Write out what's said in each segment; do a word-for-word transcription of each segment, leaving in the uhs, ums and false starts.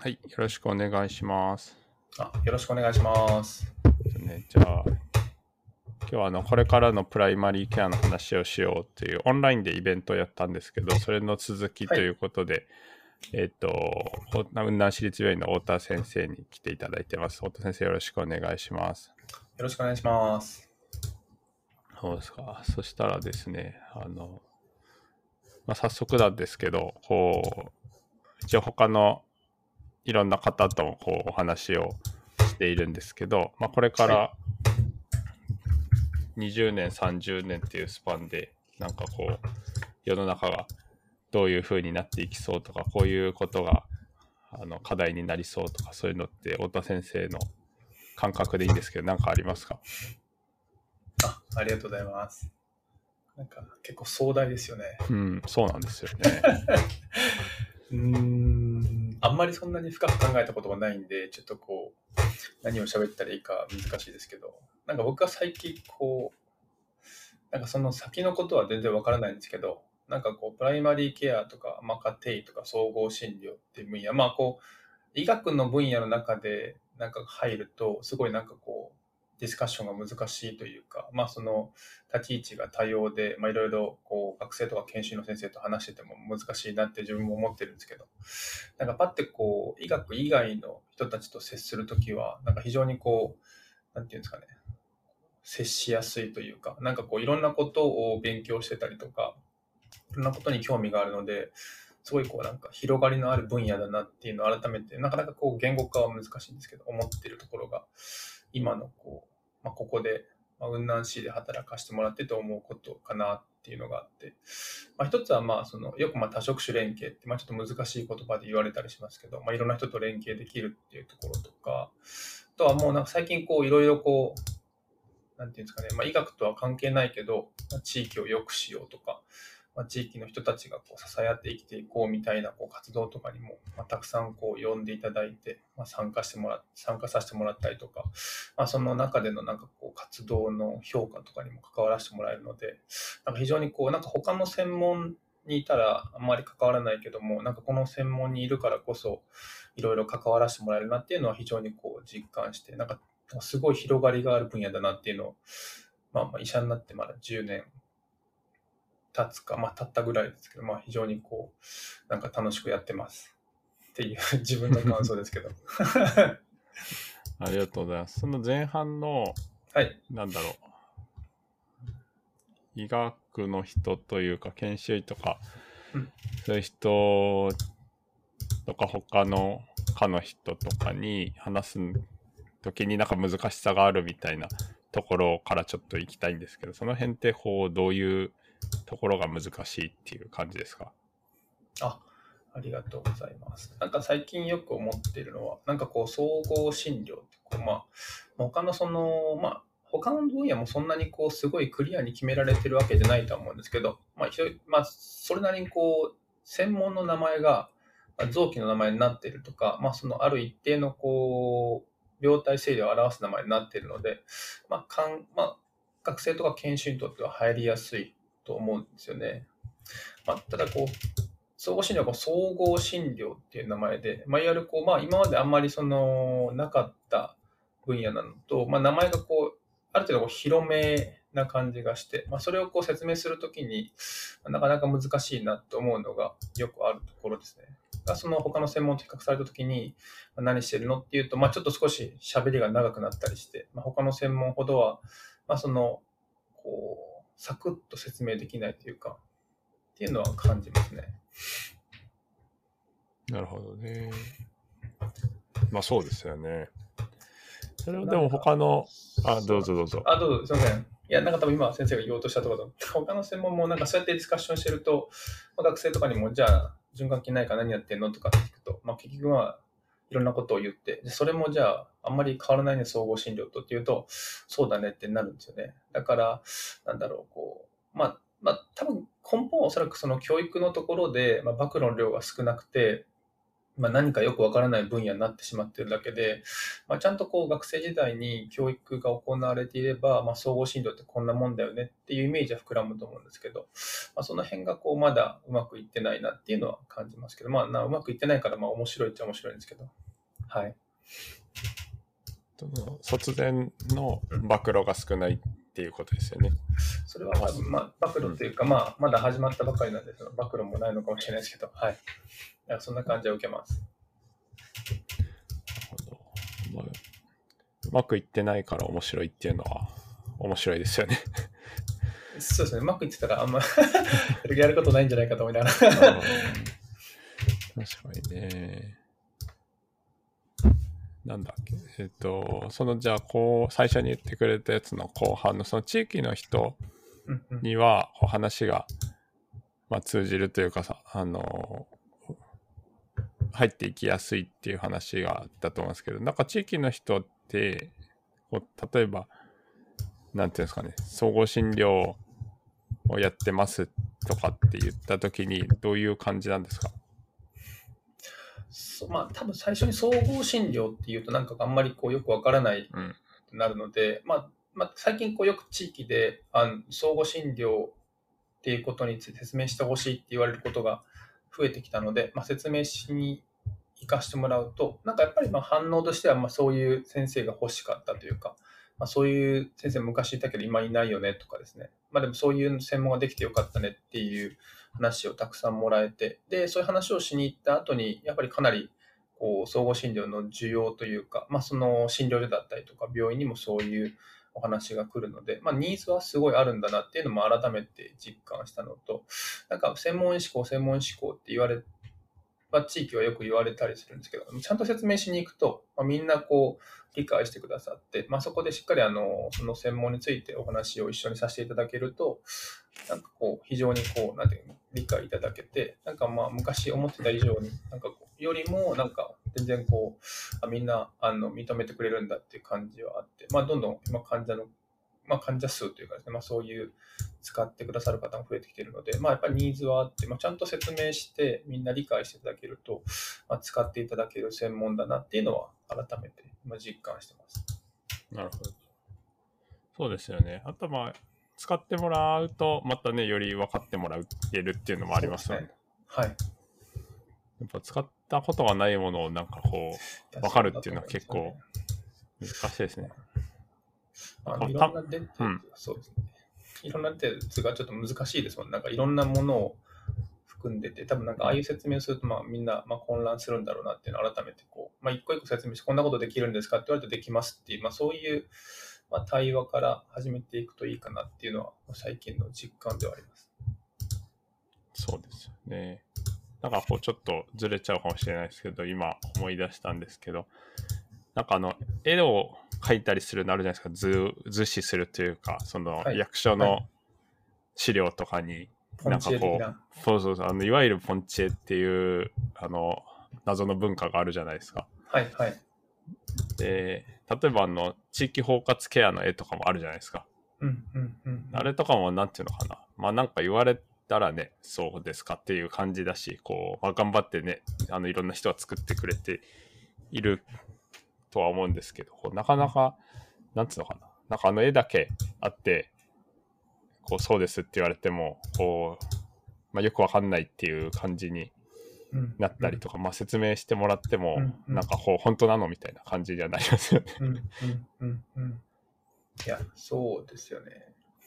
はい、よろしくお願いします。 あ、よろしくお願いします。 ね、じゃあ、今日はあのこれからのプライマリーケアの話をしようというオンラインでイベントをやったんですけど、それの続きはい。 ということで、えっ、と、雲南市立病院の太田先生に来ていただいてます。太田先生、よろしくお願いします。 よろしくお願いします。 そうですか。そしたらですね、あの、まあ、早速なんですけど、こう、一応他のいろんな方ともこうお話をしているんですけど、まあ、これかはい。 らにじゅうねん、さんじゅうねんっていうスパンで、なんかこう、世の中がどういう風になっていきそうとか、こういうことがあの課題になりそうとか、そういうのって太田先生の感覚でいいんですけど、何かありますか？ あ、ありがとうございます。なんか結構壮大ですよね。 うん、そうなんですよね。 うーん。あんまりそんなに深く考えたことがないんで、ちょっとこう、何を喋ったらいいか難しいですけど、なんか僕は最近こう、なんかその先のことは全然わからないんですけど、なんかこう、プライマリーケアとか、まあ、家庭医とか総合診療っていう分野、まあこう、医学の分野の中でなんか入ると、すごいなんかこう、ディスカッションが難しいというか、まあその立ち位置が多様で、まあいろいろこう学生とか研修の先生と話してても難しいなって自分も思ってるんですけど、なんかパってこう、医学以外の人たちと接するときは、なんか非常にこう、なんていうんですかね、接しやすいというか、なんかこういろんなことを勉強してたりとか、いろんなことに興味があるので、すごいこうなんか広がりのある分野だなっていうのを改めて、なかなかこう言語化は難しいんですけど、思っているところが、今のこう、まあ、ここで、まあ、雲南市で働かせてもらってと思うことかなっていうのがあって、まあ、一つはまあそのよくまあ多職種連携って、まあ、ちょっと難しい言葉で言われたりしますけど、まあ、いろんな人と連携できるっていうところとか、あとはもうなんか最近こういろいろこう、なんていうんですかね、まあ、医学とは関係ないけど、まあ、地域を良くしようとか、まあ、地域の人たちがこう支え合って生きていこうみたいなこう活動とかにも、まあ、たくさんこう呼んでいただいて、まあ、参加してもら参加させてもらったりとか、まあ、その中でのなんかこう活動の評価とかにも関わらせてもらえるので、なんか非常にこうなんか他の専門にいたらあんまり関わらないけども、なんかこの専門にいるからこそいろいろ関わらせてもらえるなっていうのは非常にこう実感して、なんかすごい広がりがある分野だなっていうのを、まあ、まあ医者になってまだじゅうねん経つか、まあ、経ったぐらいですけど、まあ、非常にこう、なんか楽しくやってますっていう自分の感想ですけど。 ありがとうございます。その前半の、 はい。 なんだろう、医学の人というか、研修医とか、 うん。 そういう人とか、他の科の人とかに話す時になんか難しさがあるみたいなところからちょっと行きたいんですけど、その辺ってこうどういうところが難しいっていう感じですか？ あ、ありがとうございます。なんか最近よく思っているのは、なんかこう、総合診療ってこう、まあ、他のその、まあ、他の分野もそんなにこう、すごいクリアに決められてるわけじゃないと思うんですけど、まあ、ひどいまあ、それなりにこう、専門の名前が、まあ臓器の名前になっているとか、まあ、そのある一定のこう、病態整理を表す名前になっているので、まあ、かんまあ、学生とか研修にとっては入りやすいと思うんですよね。まあ、ただこう、総合診療は総合診療っていう名前で、まあ、いわゆるこう、まあ、今まであんまりそのなかった分野なのと、まあ、名前がこう、ある程度こう広めな感じがして、まあ、それをこう説明するときに、なかなか難しいなと思うのがよくあるところですね。その他の専門と比較されたときに、何してるのっていうと、まあ、ちょっと少し喋りが長くなったりして、まあ、他の専門ほどは、まあ、その、こう、サクッと説明できないというか、っていうのは感じますね。 なるほどね。まあそうですよね。それをでもなんか、 他の、あ、どうそうなんですよ。 ぞどうぞ。 あ、どうぞ、すみません。いや、なんか多分今先生が言おうとしたところだと、他の専門もなんかそうやってディスカッションしてると、まあ学生とかにも、じゃあ、循環器内科何やってんのとかって聞くと、まあ結局はいろんなことを言って、でそれもじゃあ、あんまり変わらないね、総合診療とっていうと、そうだねってなるんですよね。だから、なんだろう、こう、まあ、まあ、多分根本はおそらくその教育のところで、まあ、暴露の量が少なくて、 まあ、何かよくわからない分野になってしまっているだけで、まあ、ちゃんとこう学生時代に教育が行われていれば、まあ、総合診療ってこんなもんだよねっていうイメージは膨らむと思うんですけど、まあ、その辺がこうまだうまくいってないなっていうのは感じますけど、まあ、なうまくいってないからまあ面白いっちゃ面白いんですけど、はい。 卒前の暴露が少ないっていうことですよね。 それは多分、まあ、暴露というか、まあ、まだ始まったばかりなんで、その暴露もないのかもしれないですけど、はい。そんな感じは受けます。 なるほど。まあ、うまくいってないから面白いっていうのは面白いですよね。 そうですね、うまくいってたらあんまやることないんじゃないかと思いながら。確かにね。なんだっけ、えっと、そのじゃあこう最初に言ってくれたやつの後半のその地域の人にはこう話が、まあ、通じるというかさ、あの入っていきやすいっていう話があったと思うんですけど、なんか地域の人ってこう例えばなんていうんですかね、総合診療をやってますとかって言った時にどういう感じなんですか？ そまあ多分最初に総合診療っていうとなんかあんまりこうよくわからないってなるので、うん、まあ、まあ最近こうよく地域であの総合診療っていうことについて説明してほしいって言われることが増えてきたので、まあ、説明しに行かしてもらうと、なんかやっぱりまあ反応としてはまあそういう先生が欲しかったというか、まあ、そういう先生昔いたけど今いないよねとかですね、まあでもそういう専門ができてよかったねっていう話をたくさんもらえて、で、そういう話をしに行った後に、やっぱりかなりこう総合診療の需要というか、まあその診療所だったりとか病院にもそういうお話が来るので、まあ、ニーズはすごいあるんだなっていうのも改めて実感したのと、なんか専門志向、専門志向って言われ、まあ、地域はよく言われたりするんですけど、ちゃんと説明しに行くと、まあ、みんなこう理解してくださって、まあ、そこでしっかりあのその専門についてお話を一緒にさせていただけると、なんかこう非常にこうなんていうの理解いただけて、なんかまあ昔思ってた以上になんかこうよりもなんか全然こうあみんなあの認めてくれるんだっていう感じはあって、まあどんどん今患者のまあ患者数というかですね、まあそういう使ってくださる方も増えてきているので、まあやっぱりニーズはあって、まあちゃんと説明してみんな理解していただけると、まあ使っていただける専門だなっていうのは改めて今実感してます。 なるほど。そうですよね。あとまあ使ってもらうとまたねより分かってもらえるっていうのもありますよね。 はい。やっぱ使ったことがないものをなんかこう分かるっていうのは結構難しいですね。 あのいろんなデータ、うん、そうですね。いろんなデータがちょっと難しいですもん。なんかいろんなものを含んでて、多分なんかああいう説明するとまあみんなまあ混乱するんだろうなっていうのを改めてこう、まあ一個一個説明してこんなことできるんですかって言われてできますっていう、まあそういうまあ対話から始めていくといいかなっていうのは最近の実感ではあります。 そうですよね。なんかこうちょっとずれちゃうかもしれないですけど、今思い出したんですけど、なんかあの絵を描いたりするのあるじゃないですか、図図示するというか、その役所の資料とかに、なんかこう、そうそうそう、あのいわゆるポンチエっていうあの謎の文化があるじゃないですか。 はいはい。 で、例えばあの地域包括ケアの絵とかもあるじゃないですか。 うんうんうん、 あれとかもなんていうのかな、まあなんか言われたらね、そうですかっていう感じだし、こう、まあ、頑張ってね、あのいろんな人が作ってくれているとは思うんですけど、こうなかなかなんつうのかな、なんかあの絵だけあってこうそうですって言われてもこう、まあ、よくわかんないっていう感じになったりとか、うんうん、まあ、説明してもらっても、うんうん、なんかこう本当なのみたいな感じにはなりますよね。 うんうんうんうん、いやそうですよね。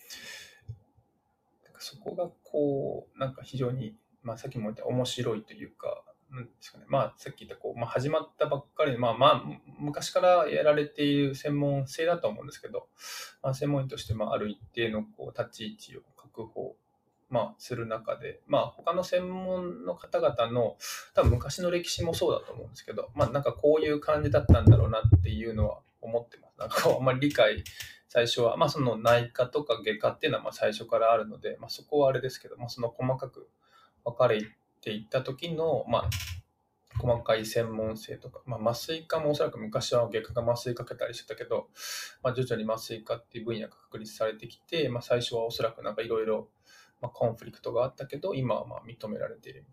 そこがこうなんか非常に、まあ、さっきも言った面白いというか、なんですかね、まあ、さっき言ったこう、まあ、始まったばっかりで、まあまあ、昔からやられている専門性だと思うんですけど、まあ、専門医としてまあある一定のこう立ち位置を確保、まあ、する中で、まあ、他の専門の方々の多分昔の歴史もそうだと思うんですけど、まあ、なんかこういう感じだったんだろうなっていうのは思ってます。なんかこうあんまり理解最初は、まあ、その内科とか外科っていうのはまあ最初からあるので、まあ、そこはあれですけど、まあ、その細かく分かれていった時の、まあ、細かい専門性とか、まあ、麻酔科もおそらく昔は外科が麻酔かけたりしてたけど、まあ、徐々に麻酔科っていう分野が確立されてきて、まあ、最初はおそらくなんかいろいろコンフリクトがあったけど、今はまあ認められているみたいな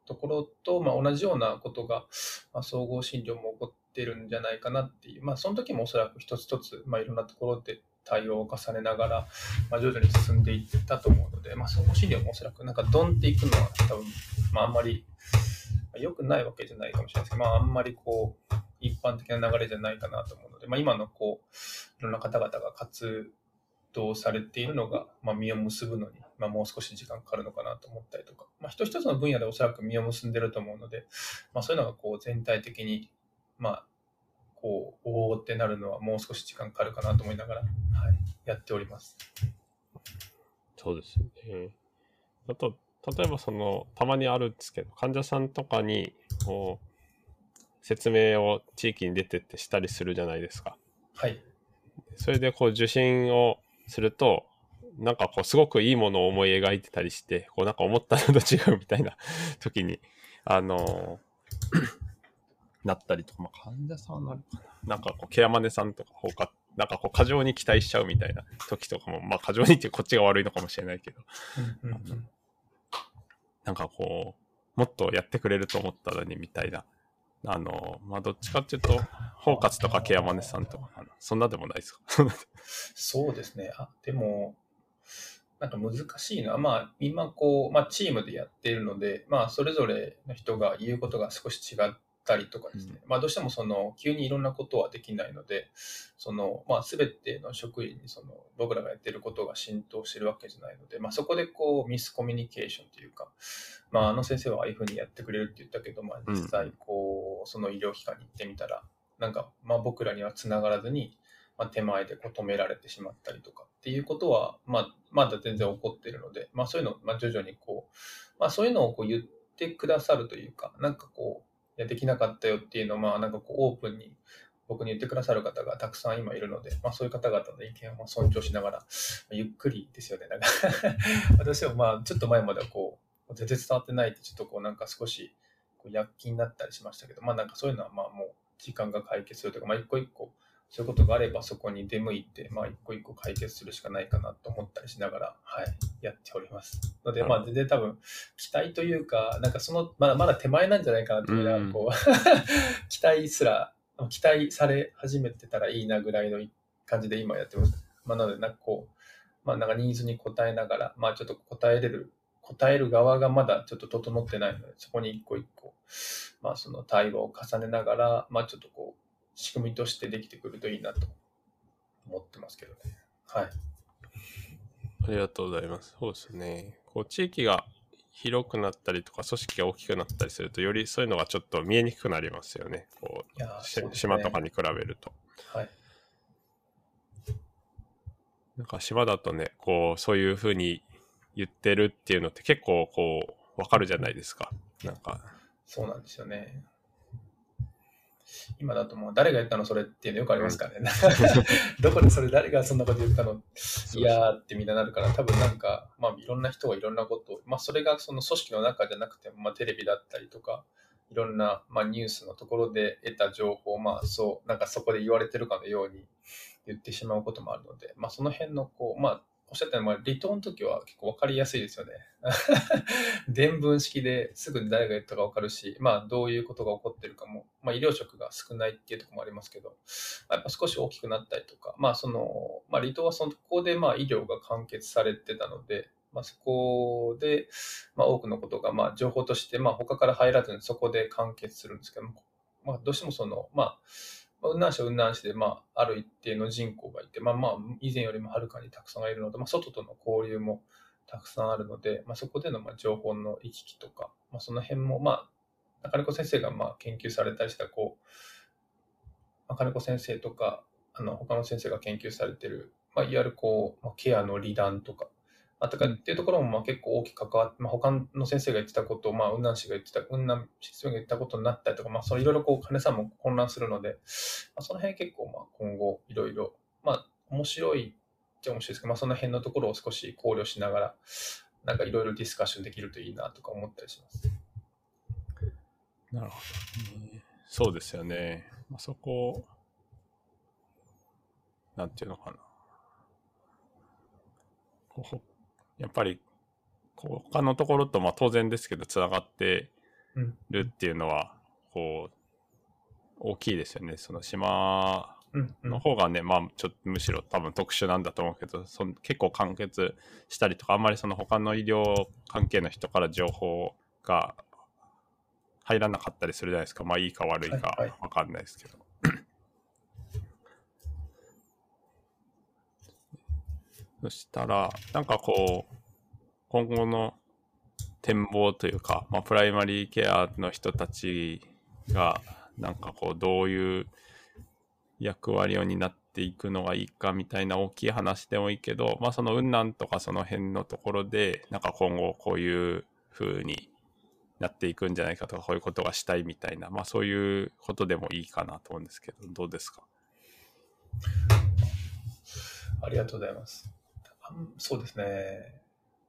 ところと、まあ、同じようなことが、まあ、総合診療も起こってるんじゃないかなっていう、まあ、その時もおそらく一つ一つ、まあ、いろんなところで対応を重ねながら、まあ、徐々に進んでいったと思うので、まあ、総合診療もおそらくなんかドンっていくのは多分、まあ、あんまり良くないわけじゃないかもしれないですけど、まあ、あんまりこう一般的な流れじゃないかなと思うので、まあ、今のこういろんな方々が活動されているのが、まあ、実を結ぶのに、まあ、もう少し時間かかるのかなと思ったりとか、まあ、一つ一つの分野でおそらく実を結んでると思うので、まあ、そういうのがこう全体的に、まあ、こうおーってなるのはもう少し時間かかるかなと思いながら、はい、やっております。 そうですね。あと例えばそのたまにあるんですけど、患者さんとかにこう説明を地域に出てってしたりするじゃないですか。 はい。 それでこう受診をすると、なんかこうすごくいいものを思い描いてたりして、こうなんか思ったのと違うみたいな時に、あのー、なったりとか、まあ、患者さんなのかな、なんかこうケアマネさんとか他、なんかこう過剰に期待しちゃうみたいな時とかも、まあ過剰にってこっちが悪いのかもしれないけど、 うんうんうん、 なんかこうもっとやってくれると思ったのにみたいな、あのまあどっちかっていうと包括とかケアマネさんとかかな、そんなでもないですか？ そうですね。あ、でもなんか難しいのは、まあ、今こう、まあ、チームでやっているので、まあ、それぞれの人が言うことが少し違ったりとかですね、うん、まあ、どうしてもその急にいろんなことはできないので、そのまあ、全ての職員にその僕らがやっていることが浸透しているわけじゃないので、まあ、そこでこうミスコミュニケーションというか、まあ、あの先生はああいうふうにやってくれるって言ったけど、まあ、実際こうその医療機関に行ってみたら、なんかまあ僕らにはつながらずに、まあ、手前でこう止められてしまったりとかっていうことは、まあ、まだ全然起こっているので、まあ、そういうのをまあ徐々にこう、まあ、そういうのをこう言ってくださるというか、なんかこう、いやできなかったよっていうのを、まあ、なんかこうオープンに僕に言ってくださる方がたくさん今いるので、まあ、そういう方々の意見をまあ尊重しながら、ゆっくりですよね。なんか私はまあちょっと前まではこう全然伝わってないってちょっとこうなんか少しこう躍起になったりしましたけど、まあなんかそういうのはまあもう時間が解決するというか、まあ一個一個そういうことがあればそこに出向いて、まあ一個一個解決するしかないかなと思ったりしながら、はい、やっております。ので、まあ全然多分期待というか、なんかそのまだまだ手前なんじゃないかなと思いながら、こう期待すら期待され始めてたらいいなぐらいの感じで今やってます。まあなのでなんかこう、まあなんかニーズに応えながら、まあちょっと応えれる答える側がまだちょっと整ってないので、そこに一個一個、まあその対話を重ねながら、まあちょっとこう、仕組みとしてできてくるといいなと思ってますけどね。はい。 ありがとうございます。そうですね。こう地域が広くなったりとか、組織が大きくなったりすると、よりそういうのがちょっと見えにくくなりますよね。こう、いやそうですね、島とかに比べると。 はい。 なんか島だとね、こう、そういうふうに言ってるっていうのって結構こう、わかるじゃないですか。なんか。 そうなんですよね。今だともう誰が言ったのそれっていうのよくありますからね。うん、どこでそれ誰がそんなこと言ったのいやーってみんななるから、多分なんか、まあいろんな人がいろんなことを、まあそれがその組織の中じゃなくても、まあテレビだったりとか、いろんな、まあ、ニュースのところで得た情報を、まあそう、なんかそこで言われてるかのように言ってしまうこともあるので、まあその辺のこう、まあおっしゃったように、離島の時は結構分かりやすいですよね。伝聞式ですぐに誰が言ったか分かるし、まあどういうことが起こってるかも、まあ医療職が少ないっていうところもありますけど、やっぱ少し大きくなったりとか、まあその、まあ離島はそのここでまあ医療が完結されてたので、まあそこで、まあ多くのことがまあ情報として、まあ他から入らずにそこで完結するんですけども、まあどうしてもその、まあ、雲南市は雲南市で、まあ、ある一定の人口がいて、まあまあ、以前よりもはるかにたくさんいるので、まあ、外との交流もたくさんあるので、まあ、そこでのまあ情報の行き来とか、まあ、その辺も、まあ、中根子先生がまあ研究されたりした、こう、中根子先生とか、あの他の先生が研究されている、まあ、いわゆるこう、まあ、ケアの離断とか、あとかっていうところもまあ結構大きく関わって、まあ、他の先生が言ってたことを、まあ、雲南市が言ってた、雲南市が言ったことになったりとか、まあ、そいろいろこう、金さんも混乱するので、まあ、その辺結構まあ今後いろいろ、まあ、面白いっちゃ面白いですけど、まあ、その辺のところを少し考慮しながら、なんかいろいろディスカッションできるといいなとか思ったりします。 なるほど、ね。そうですよね。まあ、そこ、なんていうのかな。こうやっぱりこう他のところとまあ当然ですけどつながってるっていうのは、こう、大きいですよね。その島の方がね、まあ、ちょっとむしろ多分特殊なんだと思うけど、その結構完結したりとか、あんまりその他の医療関係の人から情報が入らなかったりするじゃないですか。まあ、いいか悪いか分かんないですけど。はいはい、そしたら、なんかこう、今後の展望というか、まあ、プライマリーケアの人たちが、なんかこう、どういう役割を担っていくのがいいかみたいな大きい話でもいいけど、まあその雲南とかその辺のところで、なんか今後こういう風になっていくんじゃないかとか、こういうことがしたいみたいな、まあそういうことでもいいかなと思うんですけど、どうですか？ ありがとうございます。そうですね。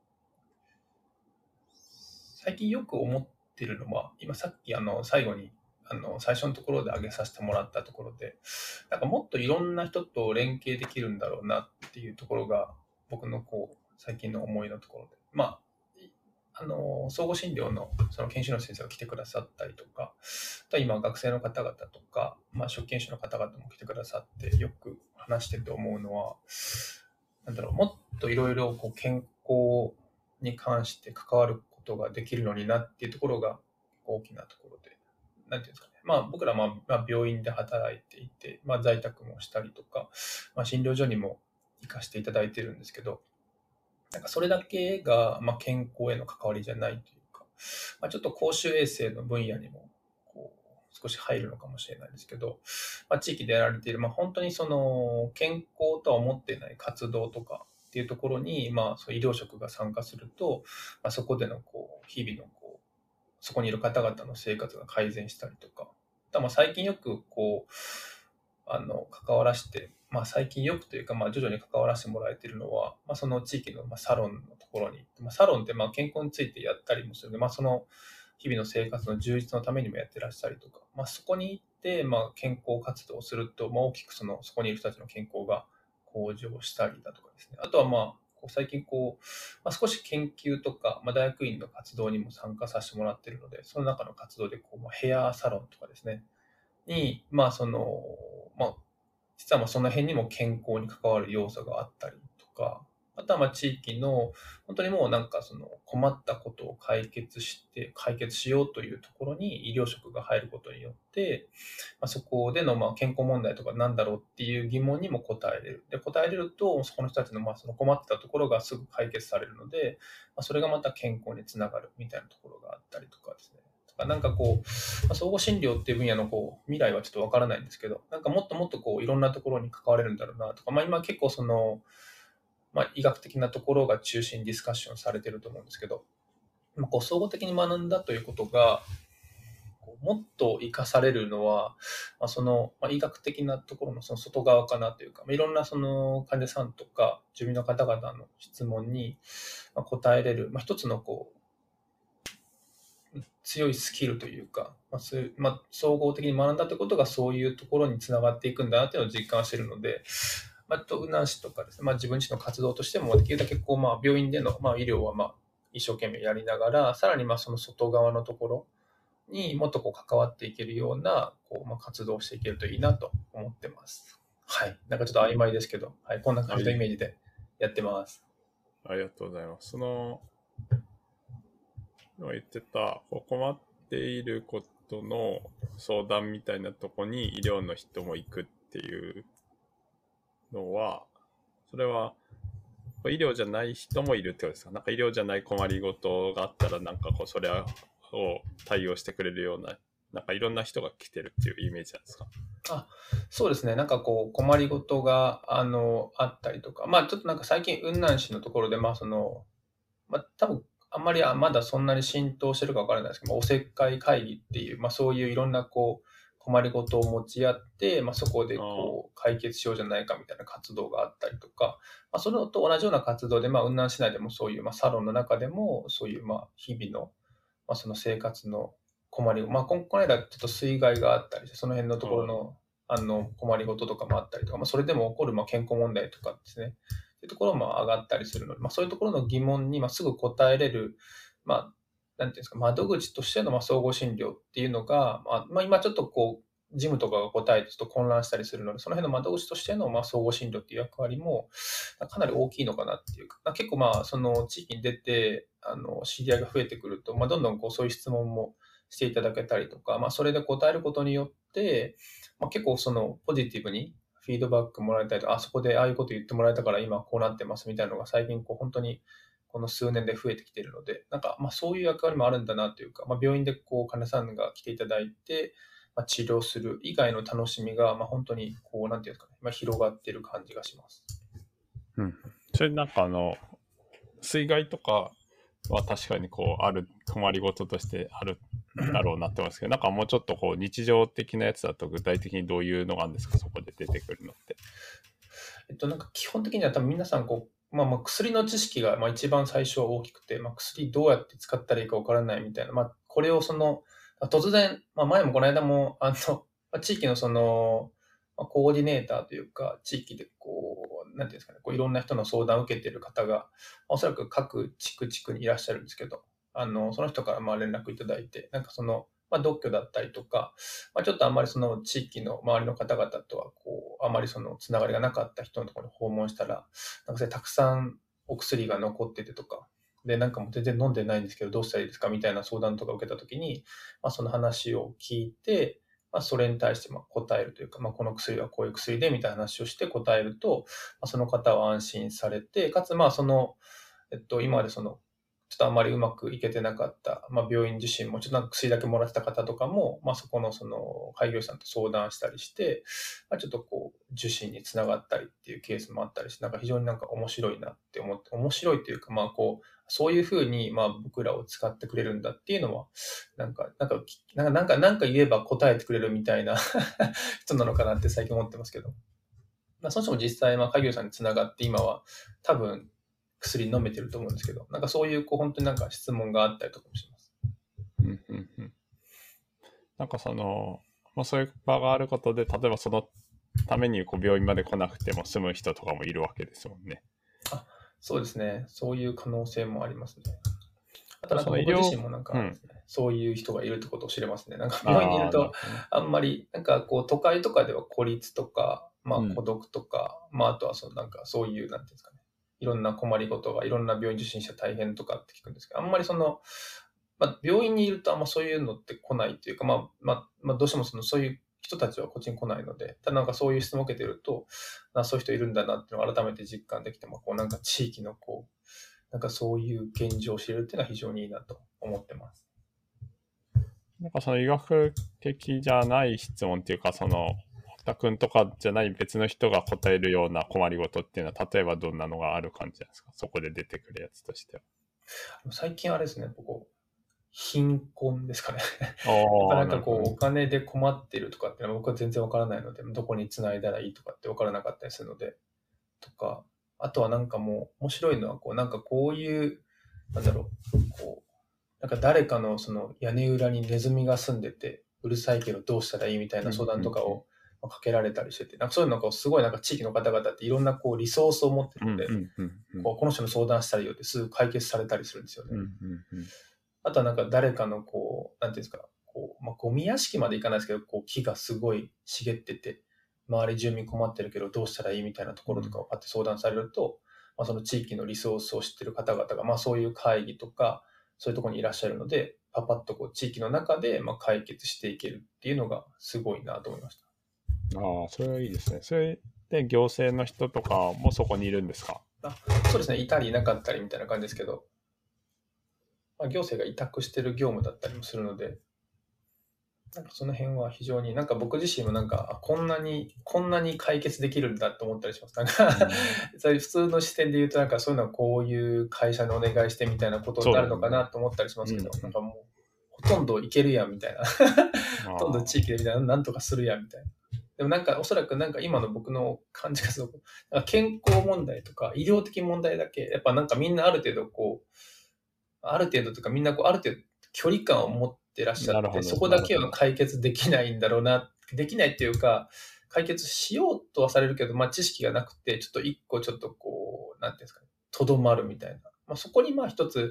最近よく思ってるのは、今さっきあの最後にあの最初のところで挙げさせてもらったところで、なんかもっといろんな人と連携できるんだろうなっていうところが僕のこう最近の思いのところで、まあ、あの総合診療のその研修の先生が来てくださったりとか、あと今学生の方々とか、まあ、職研修の方々も来てくださってよく話してて思うのは、なんだろう、もっといろいろ健康に関して関わることができるのになっていうところが大きなところで、なんていうんですかね。まあ僕らまあ病院で働いていて、まあ在宅もしたりとか、まあ診療所にも行かせていただいてるんですけど、なんかそれだけがまあ健康への関わりじゃないというか、まあ、ちょっと公衆衛生の分野にもこう少し入るのかもしれないですけど、まあ、地域でやられている、まあ、本当にその健康とは思っていない活動とかっていうところに、まあ、そう医療職が参加すると、まあ、そこでのこう日々のこうそこにいる方々の生活が改善したりとか、まあ最近よくこうあの関わらせて、まあ、最近よくというか、まあ、徐々に関わらせてもらえているのは、まあ、その地域のまあサロンのところに、まあ、サロンってまあ健康についてやったりもするので、まあ、その日々の生活の充実のためにもやってらっしゃるとか、まあ、そこに行ってまあ健康活動をすると、まあ、大きくそのそこにいる人たちの健康が向上したりだとかですね。あとはまあこう最近こう、まあ、少し研究とか、まあ、大学院の活動にも参加させてもらっているので、その中の活動でこう、まあ、ヘアサロンとかですねに、まあそのまあ、実はまあその辺にも健康に関わる要素があったりとか、あとはまあ地域の本当にもうなんかその困ったことを解決して解決しようというところに医療職が入ることによって、まあ、そこでのまあ健康問題とかなんだろうっていう疑問にも答えれる。で、答えれるとそこの人たちのまあその困ってたところがすぐ解決されるので、まあ、それがまた健康につながるみたいなところがあったりとかですね。なんかこう、まあ、総合診療っていう分野のこう未来はちょっとわからないんですけど、なんかもっともっとこういろんなところに関われるんだろうなとか、まあ、今結構その、まあ、医学的なところが中心にディスカッションされてると思うんですけど、まあ、こう総合的に学んだということが、もっと生かされるのは、まあ、その、まあ、医学的なところのその外側かなというか、まあ、いろんなその患者さんとか住民の方々の質問に答えれる、まあ、一つのこう強いスキルというか、まあそういうまあ、総合的に学んだということがそういうところにつながっていくんだなというのを実感しているので、まあ、雲南市とかですね、まあ、自分自身の活動としてもできるだけこう、まあ、病院での、まあ、医療はまあ一生懸命やりながら、さらにまあその外側のところにもっとこう関わっていけるようなこう、まあ、活動をしていけるといいなと思ってます。はい。なんかちょっと曖昧ですけど、はい、こんな感じのイメージでやってます。 ありがとうございます。その今言ってた困っていることの相談みたいなとこに医療の人も行くっていうのは、それは医療じゃない人もいるってことですか？なんか医療じゃない困りごとがあったら、なんかこうそれを対応してくれるような、なんかいろんな人が来てるっていうイメージなんですか？ あ、そうですね。なんかこう困りごとがあのあったりとか、まあちょっとなんか最近雲南市のところでまあそのまあ多分あんまりまだそんなに浸透してるかわからないですけど、おせっかい会議っていう、まあ、そういういろんなこう困りごとを持ち合って、まあ、そこでこう解決しようじゃないかみたいな活動があったりとか、まあ、それと同じような活動で、まあ、雲南市内でもそういう、まあ、サロンの中でもそういうまあ日々の、まあ、その生活の困りごと、まあ、この間ちょっと水害があったりして、その辺のところのあの困りごととかもあったりとか、まあ、それでも起こるまあ健康問題とかですね、というところも上がったりするので、まあ、そういうところの疑問にまあすぐ答えれる、まあ、 なんていうんですか、窓口としてのまあ総合診療っていうのが、まあ、まあ、今ちょっとこう、事務とかが答えてちょっと混乱したりするので、その辺の窓口としてのまあ総合診療っていう役割もかなり大きいのかなっていうか、結構まあその地域に出てあの知り合いが増えてくると、まあ、どんどんこうそういう質問もしていただけたりとか、まあ、それで答えることによって、まあ、結構そのポジティブにフィードバックもらえたりとか、あそこでああいうこと言ってもらえたから今こうなってますみたいなのが最近こう本当にこの数年で増えてきているので、なんかまあそういう役割もあるんだなというか、まあ、病院でこう患者さんが来ていただいて、まあ、治療する以外の楽しみが、まあ、本当にこう、なんていうんですかね、まあ、広がっている感じがします。 うん。それなんかあの、水害とかは確かにこう、ある困りごととしてあるだろうなってますけど、なんかもうちょっとこう、日常的なやつだと具体的にどういうのがあるんですか、そこで出てくるのって。 えっと、なんか基本的には多分皆さんこう、まあ、まあ薬の知識がまあ一番最初は大きくて、まあ、薬どうやって使ったらいいかわからないみたいな、まあ、これをその、突然、まあ、前もこの間も、あの、まあ地域のその、まあ、コーディネーターというか、地域でこう、なんていうんですかね、こういろんな人の相談を受けている方が、おそらく各地区地区にいらっしゃるんですけど、あの、その人からまあ連絡いただいて、なんかその、まあ、独居だったりとか、まあ、ちょっとあんまりその地域の周りの方々とはこう、あまりそのつながりがなかった人のところに訪問したら、なんかそれたくさんお薬が残っててとか、で、なんかもう全然飲んでないんですけど、どうしたらいいですかみたいな相談とか受けたときに、まあ、その話を聞いて、まあ、それに対してまあ答えるというか、まあ、この薬はこういう薬でみたいな話をして答えると、まあ、その方は安心されて、かつまあその、えっと、今までそのちょっとあんまりうまくいけてなかった、まあ、病院自身もちょっとなんか薬だけもらってた方とかも、まあ、そこのその開業医さんと相談したりして、まあ、ちょっとこう受診につながったりっていうケースもあったりして、なんか非常になんか面白いなって思って、面白いというか、まあこう、そういうふうにまあ僕らを使ってくれるんだっていうのは、なんか、なんか、なんか、なんか、なんか言えば答えてくれるみたいな人なのかなって最近思ってますけど。まあ、そもそも実際、まあ、開業医さんにつながって今は多分薬飲めてると思うんですけど、なんかそういう、こう、本当になんか質問があったりとかもします。 うんうんうん。なんかその、まあ、そういう場があることで、例えばそのためにこう病院まで来なくても済む人とかもいるわけですもんね。 あ、そうですね。そういう可能性もありますね。あとなんかその医療、 僕自身もなんか、 うん。 そういう人がいるってことを知れますね。なんか病院にいるああ、なると、 ほどね。 あんまり、なんかこう、都会とかでは孤立とか、まあうん。 孤独とか、まああとはそのなんかそういう、なんていうんですかね。いろんな困りごとが、いろんな病院受診者大変とかって聞くんですけど、あんまりその、まあ、病院にいるとあんまそういうのって来ないというか、まあ、まあ、まあ、どうしてもそのそういう人たちはこっちに来ないので、ただなんかそういう質問を受けてると、あ、そういう人いるんだなっていうのを改めて実感できて、まあ、こうなんか地域のこう、なんかそういう現状を知れるっていうのは非常にいいなと思ってます。 なんかその医学的じゃない質問っていうか、その、堀田君とかじゃない別の人が答えるような困りごとっていうのは、例えばどんなのがある感じなんですか、そこで出てくるやつとしては。 最近あれですね、こう貧困ですかね。やっぱああ、 なんかこう、 なるほどね。 お金で困ってるとかっていうのは僕は全然わからないので、どこに繋いだらいいとかってわからなかったりするので、とか、あとはなんかもう面白いのは、こう、なんかこういう、なんだろう、こう、なんか誰かのその屋根裏にネズミが住んでて、うるさいけどどうしたらいいみたいな相うんうん談とかをかけられたりしてて、なんかそういうのがすごいなんか地域の方々っていろんなこうリソースを持ってるうん。うんので、 うんうんうん。 こうこの人の相談したらいいよってすぐ解決されたりするんですよね。 うんうんうん。 あとはなんか誰かのこう、なんていうんですか、こう、まあ、ゴミ屋敷まで行かないですけど、こう木がすごい茂ってて、周り住民困ってるけどどうしたらいいみたいなところとかをあって相談されると、まあ、その地域のリソースを知ってる方々が、まあそういう会議とか、そういうところにいらっしゃるので、パパッとこう地域の中でまあ解決していけるっていうのがすごいなと思いました。 ああ、それはいいですね。それで行政の人とかもそこにいるんですか？ あ、そうですね、いたりいなかったりみたいな感じですけど、まあ、行政が委託してる業務だったりもするので、なんかその辺は非常に、なんか僕自身もなんか、あこんなに、こんなに解決できるんだと思ったりします。なんかうん。 そういう普通の視点で言うと、なんかそういうのはこういう会社にお願いしてみたいなことになるのかそうですね。 なと思ったりしますけど、 うんうん。 なんかもう、ほとんどいけるやんみたいな。ほとんどああ。 地域でみたいな、なんとかするやんみたいな。でもなんかおそらくなんか今の僕の感じがすごく、なんか健康問題とか医療的問題だけ、やっぱなんかみんなある程度こう、ある程度というかみんなこうある程度距離感を持ってらっしゃって、 なるほど、 そこだけはなるほど。 解決できないんだろうな、できないっていうか、解決しようとはされるけど、まあ知識がなくて、ちょっと一個ちょっとこう、なんていうんですかね、とどまるみたいな。まあそこにまあ一つ、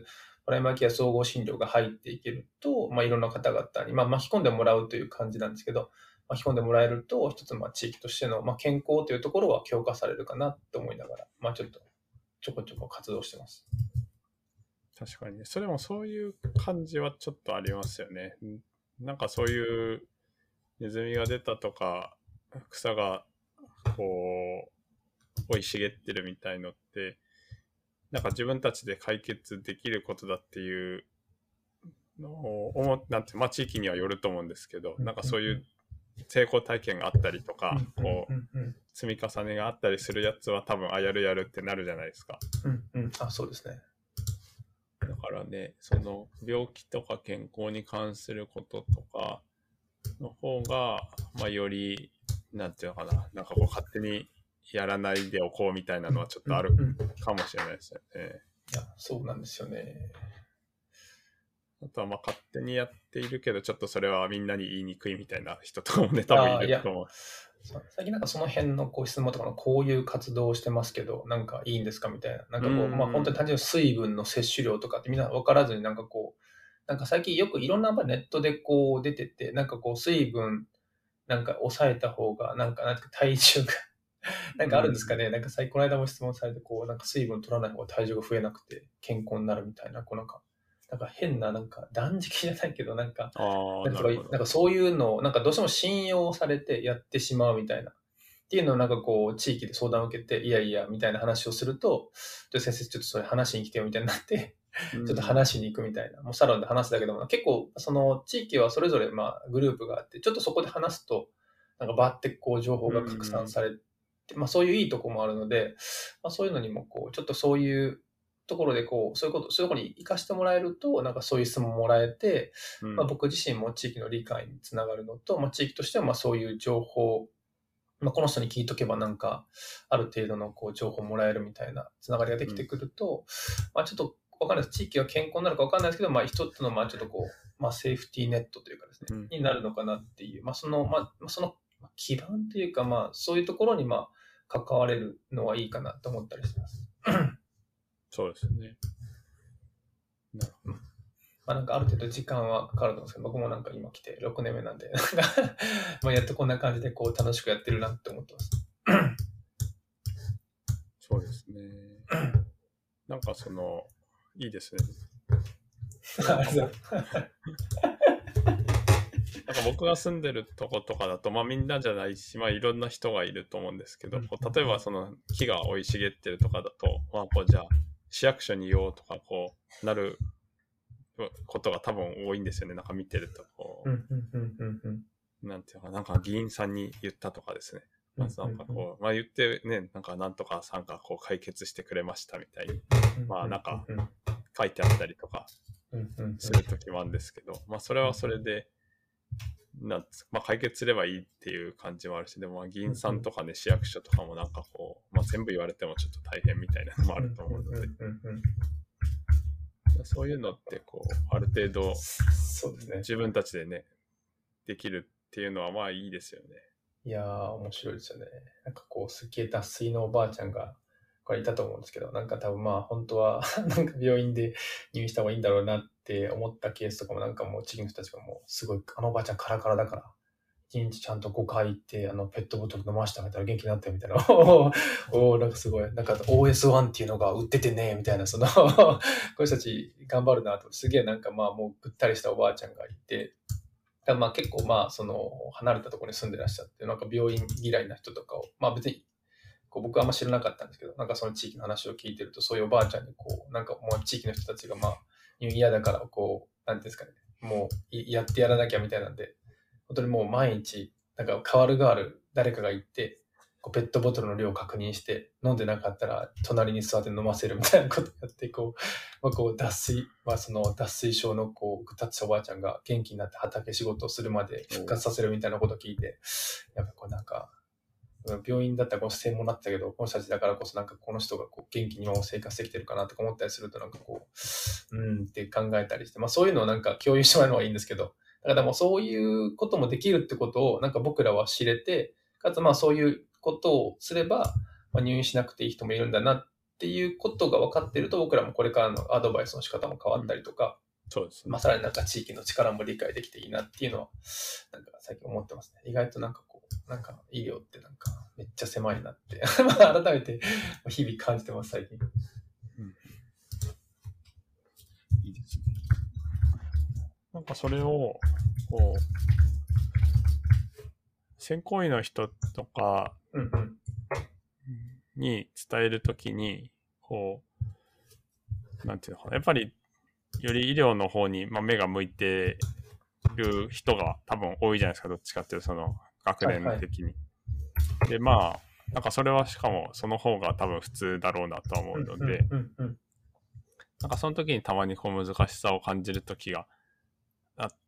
プライマーケア総合診療が入っていけると、まあ、いろんな方々に、まあ、巻き込んでもらうという感じなんですけど、巻き込んでもらえると、一つまあ地域としてのまあ健康というところは強化されるかなと思いながら、まあ、ちょっとちょこちょこ活動してます。 確かにね。それもそういう感じはちょっとありますよね。なんかそういうネズミが出たとか、草がこう、生い茂ってるみたいのって、なんか自分たちで解決できることだっていうのを思っなんて、まあ地域にはよると思うんですけど、なんかそういう成功体験があったりとか、こう、積み重ねがあったりするやつは多分、あ、やるやるってなるじゃないですか。 うんうん。あ、そうですね。 だからね、その病気とか健康に関することとかの方が、まあより、なんていうのかな、なんかこう勝手にやらないでおこうみたいなのはちょっとあるかもしれないですよね。 いや、そうなんですよね。 あとはまあ勝手にやっているけど、ちょっとそれはみんなに言いにくいみたいな人とかもね、多分いると思う。 最近なんかその辺のこう質問とかのこういう活動をしてますけど、なんかいいんですかみたいな。なんかこう、まあ本当に単純に水分の摂取量とかってみんな分からずになんかこう、なんか最近よくいろんなネットでこう出てて、なんかこう水分なんか抑えた方が、なんかなんか体重がなんかあるんですかね、うん、なんか最近この間も質問されて、こうなんか水分取らない方が体重が増えなくて健康になるみたいな、こうなんか、なんか変な、なんか断食じゃないけど、なんか、なんかなんかそういうのを、なんかどうしても信用されてやってしまうみたいな。っていうのをなんかこう、地域で相談を受けて、いやいや、みたいな話をすると、じゃ先生、ちょっとそれ話に来てよみたいになって、ちょっと話しに行くみたいな。もうサロンで話すだけでも、結構、その地域はそれぞれまあグループがあって、ちょっとそこで話すと、なんかバーってこう情報が拡散されて、まあそういういいとこもあるので、まあそういうのにもこう、ちょっとそういうところでこう、そういうこと、そういうところに活かしてもらえると、なんかそういう質問もらえて、うん、まあ僕自身も地域の理解につながるのと、まあ地域としてはまあそういう情報、まあこの人に聞いとけばなんか、ある程度のこう情報もらえるみたいなつながりができてくると、うん、まあちょっとわかんないです。地域が健康になるかわかんないですけど、まあ一つのまあちょっとこう、まあセーフティーネットというかですね、うん、になるのかなっていう、まあその、まあその基盤というか、まあそういうところにまあ関われるのはいいかなと思ったりします。 そうですね。 なるほど。まあなんかある程度時間はかかると思うんですけど、僕もなんか今来てろくねんめなんで、まあやっとこんな感じでこう楽しくやってるなって思ってます。 そうですね。なんかその、いいですね。なんか僕が住んでるとことかだと、まあみんなじゃないし、まあいろんな人がいると思うんですけど、こう例えばその木が生い茂ってるとかだと、まあこうじゃあ市役所に言おうとかこうなることが多分多いんですよね。なんか見てるとこう、なんていうか、なんか議員さんに言ったとかですね。まずなんかこう、まあ言ってね、なんかなんとかさんがこう解決してくれましたみたいに、まあなんか書いてあったりとかするときもあるんですけど、まあそれはそれで、なんまあ、解決すればいいっていう感じもあるし、でも議員さんとかね、市役所とかもなんかこう、まあ、全部言われてもちょっと大変みたいなのもあると思うので、そういうのってこう、ある程度、 そうですね、 自分たちでね、できるっていうのはまあいいですよね。 いやー、面白いですよね。なんかこう、すっげえ脱水のおばあちゃんが、これいたと思うんですけど、なんか多分まあ本当はなんか病院で入院した方がいいんだろうなって思ったケースとかもなんかもう地域の人たちがもうすごい、あのおばあちゃんカラカラだから、一日ちゃんとごかい行ってあのペットボトル飲ましてあげたら元気になったよみたいな。おお、なんかすごい。なんか オーエスワン っていうのが売っててね、みたいな、その、この人たち頑張るなと、すげえなんかまあもうぐったりしたおばあちゃんがいて、まあ結構まあその離れたところに住んでらっしゃって、なんか病院嫌いな人とかを、まあ別にこう僕はあんま知らなかったんですけど、なんかその地域の話を聞いてると、そういうおばあちゃんにこう、なんかもう地域の人たちがまあ入院嫌だからこう、なんていうんですかね、もうやってやらなきゃみたいなんで、本当にもう毎日、なんか代わる代わる誰かが行って、こうペットボトルの量を確認して、飲んでなかったら隣に座って飲ませるみたいなことをやって、こう、まあ、こう脱水、まあその脱水症のこうぐたっとしたおばあちゃんが元気になって畑仕事をするまで復活させるみたいなことを聞いて、やっぱこうなんか、病院だったらこの専門になったけど、この人たちだからこそなんかこの人がこう元気に今も生活できてるかなとか思ったりするとなんかこう、うんって考えたりして、まあそういうのをなんか共有してもらうのはいいんですけど、だからもうそういうこともできるってことをなんか僕らは知れて、かつまあそういうことをすれば、まあ、入院しなくていい人もいるんだなっっていうことが分かっていると、僕らもこれからのアドバイスの仕方も変わったりとか、 うん、そうですね。 まあ、さらになんか地域の力も理解できていいなっていうのは、なんか最近思ってますね。意外となんかこう、なんか医療ってなんかめっちゃ狭いなって、まあ改めて日々感じてます、最近。うん、 いいですね。なんかそれを、こう、選考医の人とかに伝えるときに、こう、なんていうのかな、やっぱりより医療の方に、まあ、目が向いてる人が多分多いじゃないですか、どっちかっていうと、その学年的に。はいはい、で、まあ、なんかそれはしかもその方が多分普通だろうなとは思うので、うんうんうんうん、なんかその時にたまにこう難しさを感じる時があって、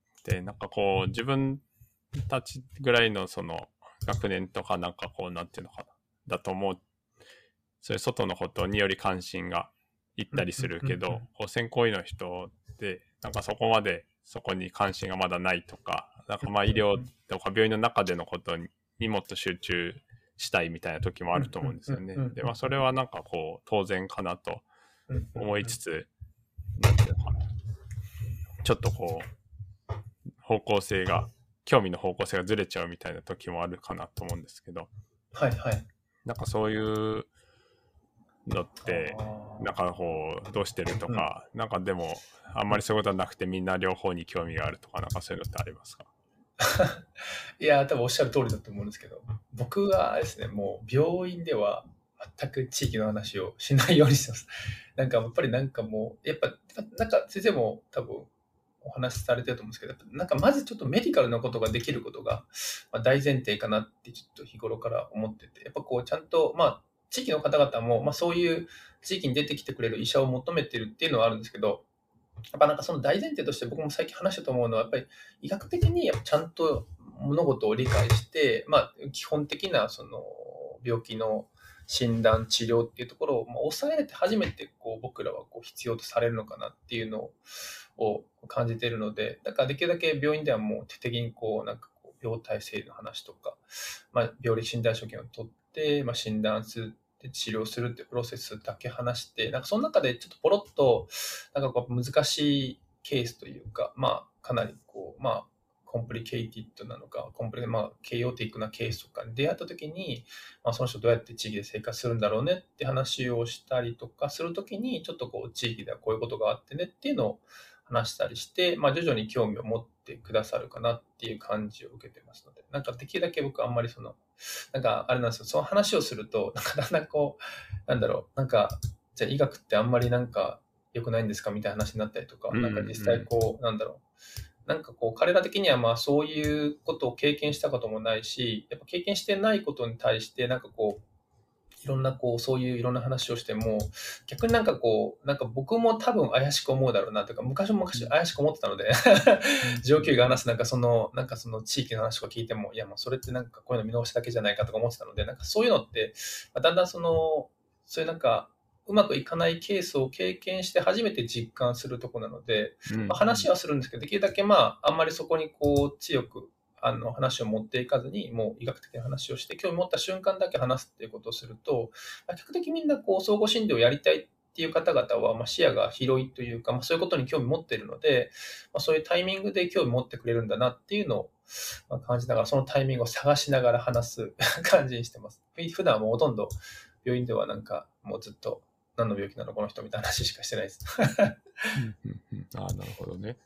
なんかこう自分たちぐらいのその学年とかなんかこうなんていうのかな、だと思う。そういう外のことにより関心がいったりするけど、うんうんうんうん、こう専攻医の人ってなんかそこまでそこに関心がまだないとか、なんかまあ医療とか病院の中でのことにもっと集中したいみたいな時もあると思うんですよね。で、まあそれはなんかこう当然かなと思いつつ、なんていうのかな、ちょっとこう方向性が興味の方向性がずれちゃうみたいな時もあるかなと思うんですけど、 はいはい、なんかそういうのってなんかこうどうしてるとか、うん、なんかでもあんまりそういうことはなくてみんな両方に興味があるとか、なんかそういうのってありますか？ いや多分おっしゃる通りだと思うんですけど、僕はですね、もう病院では全く地域の話をしないようにしてます。なんかやっぱりなんかもうやっぱなんか先生も多分お話しされてると思うんですけど、なんかまずちょっとメディカルなことができることが大前提かなってちょっと日頃から思ってて、やっぱこうちゃんとまあ地域の方々もまあそういう地域に出てきてくれる医者を求めてるっていうのはあるんですけど、やっぱなんかその大前提として僕も最近話したと思うのは、やっぱり医学的にちゃんと物事を理解して、まあ基本的なその病気の診断治療っていうところを抑えて初めてこう僕らはこう必要とされるのかなっていうのを感じているので、だからできるだけ病院ではもう徹底的にこうなんかこう病態整理の話とか、まあ、病理診断書券を取って、まあ、診断するで治療するっていうプロセスだけ話して、なんかその中でちょっとポロッとなんかこう難しいケースというか、まあかなりこうまあコンプリケイティッドなのか、コンプリまあケイオティックなケースとかに出会った時に、まあ、その人どうやって地域で生活するんだろうねって話をしたりとかするときに、ちょっとこう地域ではこういうことがあってねっていうのを話したりして、まあ徐々に興味を持ってくださるかなっていう感じを受けてますので、なんかできるだけ僕あんまりそのなんかあれなんですよ、その話をすると、なんかだんだんこう、なんだろう、なんか、じゃあ医学ってあんまりなんか良くないんですかみたいな話になったりとか、なんか実際こう、なんだろう、なんかこう、彼ら的にはまあそういうことを経験したこともないし、やっぱ経験してないことに対して、なんかこう、いろんなこう、そういういろんな話をしても、逆になんかこう、なんか僕も多分怪しく思うだろうなというか、昔も昔怪しく思ってたので、上級医が話すなんかその、なんかその地域の話とか聞いても、いやもうそれってなんかこういうの見直しだけじゃないかとか思ってたので、なんかそういうのって、だんだんその、そういうなんか、うまくいかないケースを経験して初めて実感するところなので、まあ、話はするんですけど、できるだけまあ、あんまりそこにこう強くあの話を持っていかずに、もう医学的な話をして、興味持った瞬間だけ話すっていうことをすると、比較的みんなこう総合診療をやりたいっていう方々は、まあ、視野が広いというか、まあ、そういうことに興味持っているので、まあ、そういうタイミングで興味持ってくれるんだなっていうのを感じながら、そのタイミングを探しながら話す感じにしてます。普段はもうほとんど病院ではなんかもうずっと何の病気なのこの人みたいな話しかしてないです。 ああ、なるほどね。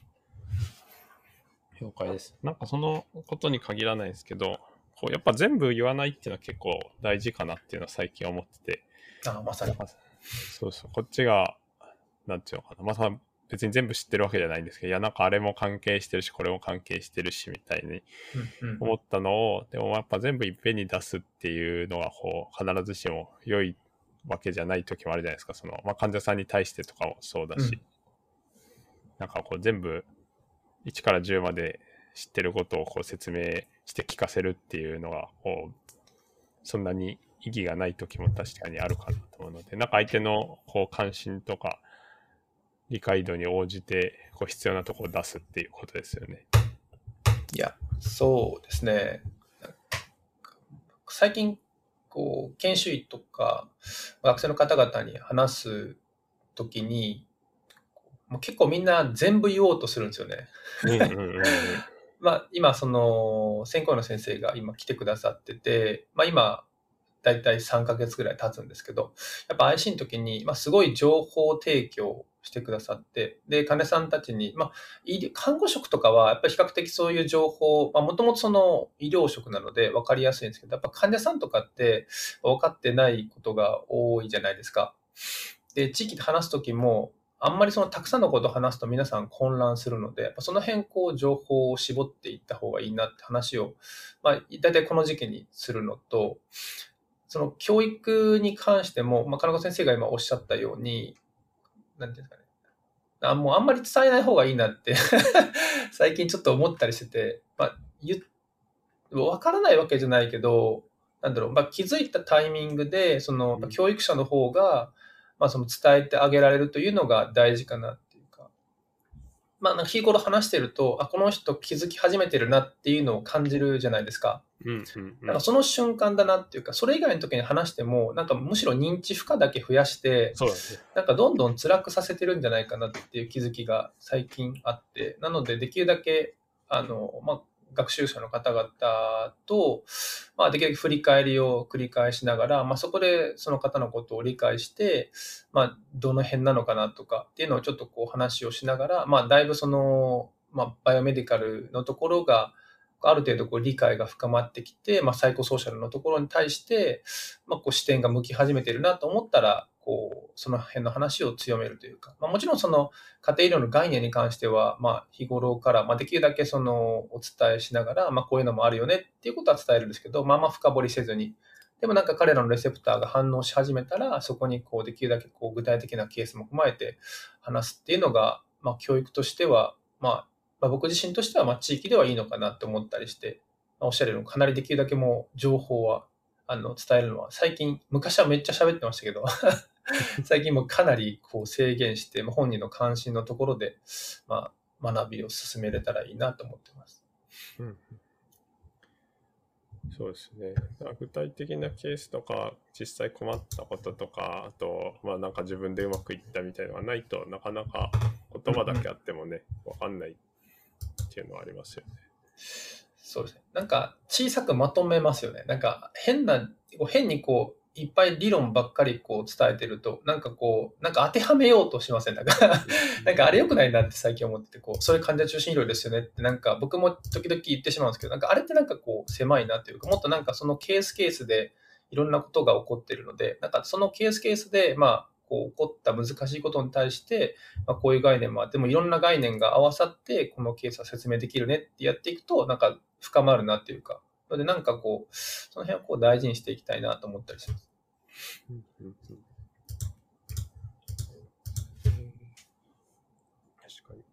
了解です。なんかそのことに限らないですけど、こうやっぱ全部言わないっていうのは結構大事かなっていうのは最近思ってて。 ああ、まさに。 そうそう、こっちが、なんていうのかな。まあ別に全部知ってるわけじゃないんですけど、いやなんかあれも関係してるし、これも関係してるしみたいに思ったのを、うんうん、でもやっぱ全部いっぺんに出すっていうのがこう必ずしも良いわけじゃない時もあるじゃないですか。その、まあ、患者さんに対してとかもそうだし、うん、なんかこう全部いちからじゅうまで知ってることをこう説明して聞かせるっていうのがこうそんなに意義がない時も確かにあるかなと思うので、なんか相手のこう関心とか理解度に応じてこう必要なところを出すっていうことですよね。 いや、そうですね。最近こう研修医とか学生の方々に話すときに、もう結構みんな全部言おうとするんですよね。 うんうんうんうん。 まあ、今、その、専攻医の先生が今来てくださってて、まあ今、だいたいさんかげつぐらい経つんですけど、やっぱ アイシー の時に、まあすごい情報提供してくださって、で、患者さんたちに、まあ、医療看護職とかは、やっぱり比較的そういう情報、まあもともとその医療職なので分かりやすいんですけど、やっぱ患者さんとかって分かってないことが多いじゃないですか。で、地域で話す時も、あんまりそのたくさんのことを話すと皆さん混乱するので、やっぱその辺こう情報を絞っていった方がいいなって話を、まあ、大体この時期にするのと、その教育に関しても、まあ、金子先生が今おっしゃったように、なんていうんですかね。あ、もうあんまり伝えない方がいいなって最近ちょっと思ったりしてて、まあ、言わからないわけじゃないけど、なんだろう、まあ、気づいたタイミングで、その、まあ教育者の方が、まあ、その伝えてあげられるというのが大事かなっていうか、まあ、なんか日頃話してると、あ、この人気づき始めてるなっていうのを感じるじゃないですか。 うんうんうん。 なんかその瞬間だなっていうか、それ以外の時に話しても、なんかむしろ認知負荷だけ増やして、 そうだね。 なんかどんどん辛くさせてるんじゃないかなっていう気づきが最近あって、なのでできるだけ、あの、まあ、学習者の方々と、まあ、できるだけ振り返りを繰り返しながら、まあ、そこでその方のことを理解して、まあ、どの辺なのかなとかっていうのをちょっとこう話をしながら、まあ、だいぶその、まあ、バイオメディカルのところが、ある程度こう理解が深まってきて、まあ、サイコソーシャルのところに対して、まあ、こう視点が向き始めているなと思ったら、こうその辺の話を強めるというか、まあ、もちろんその家庭医療の概念に関しては、まあ、日頃から、まあ、できるだけそのお伝えしながら、まあ、こういうのもあるよねっていうことは伝えるんですけど、まあ、まあ深掘りせずに、でもなんか彼らのレセプターが反応し始めたら、そこにこうできるだけこう具体的なケースも踏まえて話すっていうのが、まあ、教育としては、まあ、まあ、僕自身としては、まあ、地域ではいいのかなと思ったりして、まあ、おっしゃるように、かなりできるだけもう情報はあの伝えるのは、最近、昔はめっちゃ喋ってましたけど、最近もかなりこう制限して、まあ、本人の関心のところで、まあ、学びを進めれたらいいなと思ってます。 うん、そうですね。具体的なケースとか、実際困ったこととか、あと、まあなんか自分でうまくいったみたいなのがないとなかなか言葉だけあってもね、わかんないっていうのはありますよね。 そうですね。なんか小さくまとめますよね。なんか変な、変にこう、いっぱい理論ばっかりこう伝えてると、なんかこう、なんか当てはめようとしません。なんか、なんかあれ良くないなって最近思ってて、こう、それ患者中心医療ですよねってなんか僕も時々言ってしまうんですけど、なんかあれってなんかこう狭いなというか、もっとなんかそのケースケースでいろんなことが起こってるので、なんかそのケースケースで、まあ、こう起こった難しいことに対して、まあ、こういう概念もあって、もいろんな概念が合わさって、このケースは説明できるねってやっていくと、なんか深まるなっていうか、それでなんかこう、その辺はこう大事にしていきたいなと思ったりします。 うんうんうん、確かに。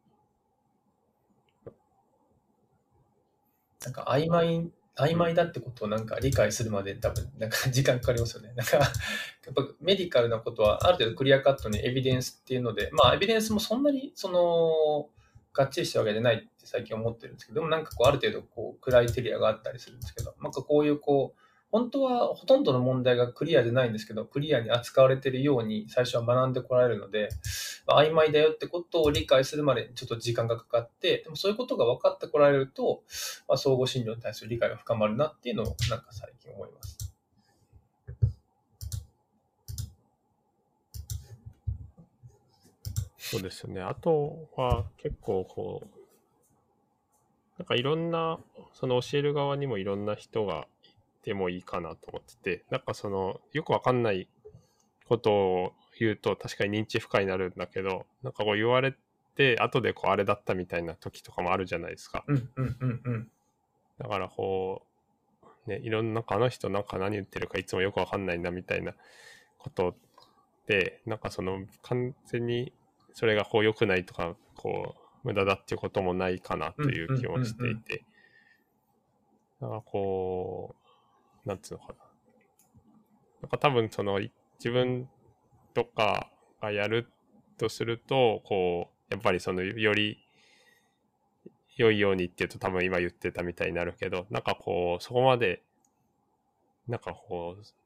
なんか曖昧、曖昧だってことをなんか理解するまで多分なんか時間かかりますよね。なんかやっぱメディカルなことはある程度クリアカットにエビデンスっていうので、まあエビデンスもそんなにそのがっちりしたわけじゃないって最近思ってるんですけど、でもなんかこうある程度こうクライテリアがあったりするんですけど、なんかこういうこう本当はほとんどの問題がクリアじゃないんですけど、クリアに扱われているように最初は学んでこられるので、まあ、曖昧だよってことを理解するまでにちょっと時間がかかって、でもそういうことが分かってこられると、まあ、総合診療に対する理解が深まるなっていうのをなんか最近思います。 そうですね。あとは結構こう、なんかいろんな、その教える側にもいろんな人がいてもいいかなと思ってて、なんかその、よくわかんないことを言うと確かに認知負荷になるんだけど、なんかこう言われて、後でこうあれだったみたいな時とかもあるじゃないですか。 うんうんうんうん。 だからこう、ね、いろんな、あの人なんか何言ってるかいつもよくわかんないなみたいなことで、なんかその完全にそれがこう良くないとか、こう、無駄だっていうこともないかなという気もしていて、だからこう、なんつうのかな。なんか多分その自分とかがやるとすると、こう、やっぱりそのより良いようにっていうと多分今言ってたみたいになるけど、なんかこう、そこまで、なんかこう、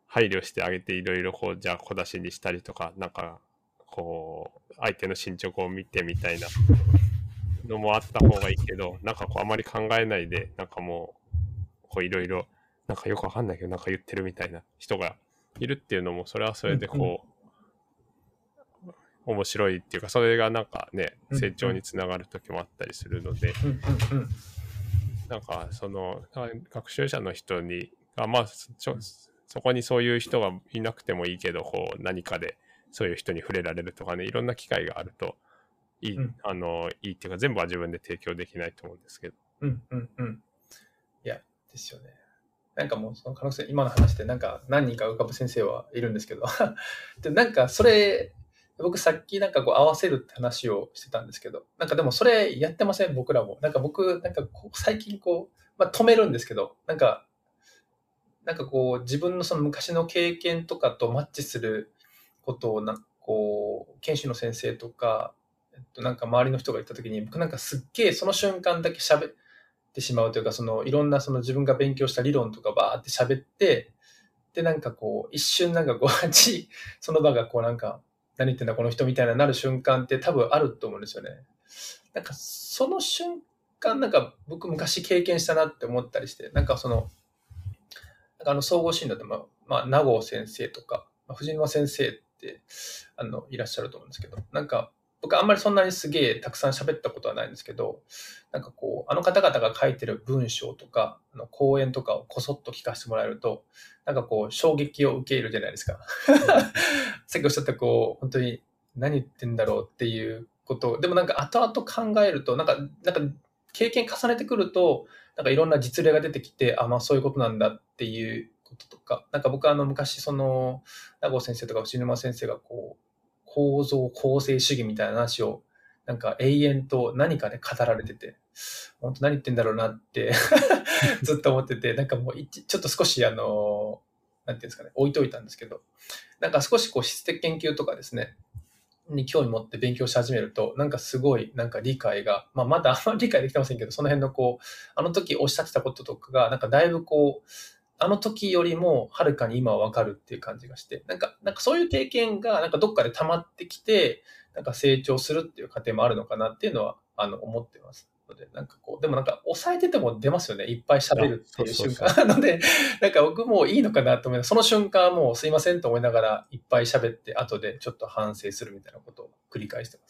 配慮してあげていろいろこうじゃあ小出しにしたりとかなんかこう相手の進捗を見てみたいなのもあった方がいいけどなんかこうあまり考えないでなんかもうこういろいろなんかよくわかんないけどなんか言ってるみたいな人がいるっていうのもそれはそれでこう、うんうん、面白いっていうかそれがなんかね成長につながる時もあったりするので、うんうん、なんかその学習者の人にあまあちょそこにそういう人がいなくてもいいけどこう何かでそういう人に触れられるとかねいろんな機会があるといい、うん、あのいいっていうか全部は自分で提供できないと思うんですけど。 うんうんうん。いやですよね。なんかもうその可能性今の話でなんか何人か浮かぶ先生はいるんですけどでなんかそれ僕さっきなんかこう合わせるって話をしてたんですけどなんかでもそれやってません僕らもなんか僕なんかこう最近こう、まあ、止めるんですけどなんかなんかこう自分のその昔の経験とかとマッチすることをなんかこう研修の先生とか、えっと、なんか周りの人が言った時に僕なんかすっげえその瞬間だけ喋ってしまうというかそのいろんなその自分が勉強した理論とかバーって喋ってでなんかこう一瞬なんかこうその場がこうなんか何言ってんだこの人みたいななる瞬間って多分あると思うんですよね。なんかその瞬間なんか僕昔経験したなって思ったりしてなんかそのなんかあの総合診療でも、まあ、名護先生とか、まあ、藤沼先生ってあのいらっしゃると思うんですけど、なんか僕あんまりそんなにすげえたくさん喋ったことはないんですけど、なんかこうあの方々が書いてる文章とかあの講演とかをこそっと聞かせてもらえると、なんかこう衝撃を受けるじゃないですか。さっきおっしゃったこう本当に何言ってんだろうっていうことでもなんか後々考えるとなんかなんか経験重ねてくるとなんかいろんな実例が出てきて、あ、まあそういうことなんだっていうこととか、なんか僕はあの昔その名護先生とか藤沼先生がこう構造構成主義みたいな話をなんか永遠と何かで語られてて、本当何言ってんだろうなってずっと思ってて、なんかもうちょっと少しあのなんていうんですかね置いといたんですけど、なんか少しこう質的研究とかですね。に興味持って勉強し始めると、なんかすごいなんか理解が、まあ、まだあんまり理解できてませんけど、その辺のこう、あの時おっしゃってたこととかが、なんかだいぶこう、あの時よりもはるかに今はわかるっていう感じがして、なんか、なんかそういう経験がなんかどっかで溜まってきて、なんか成長するっていう過程もあるのかなっていうのは、あの、思ってます。ので、なんかこう、でもなんか抑えてても出ますよね。いっぱい喋るっていう瞬間。なので、なんか僕もいいのかなと思います。その瞬間はもうすいませんと思いながらいっぱい喋って、後でちょっと反省するみたいなことを繰り返してます。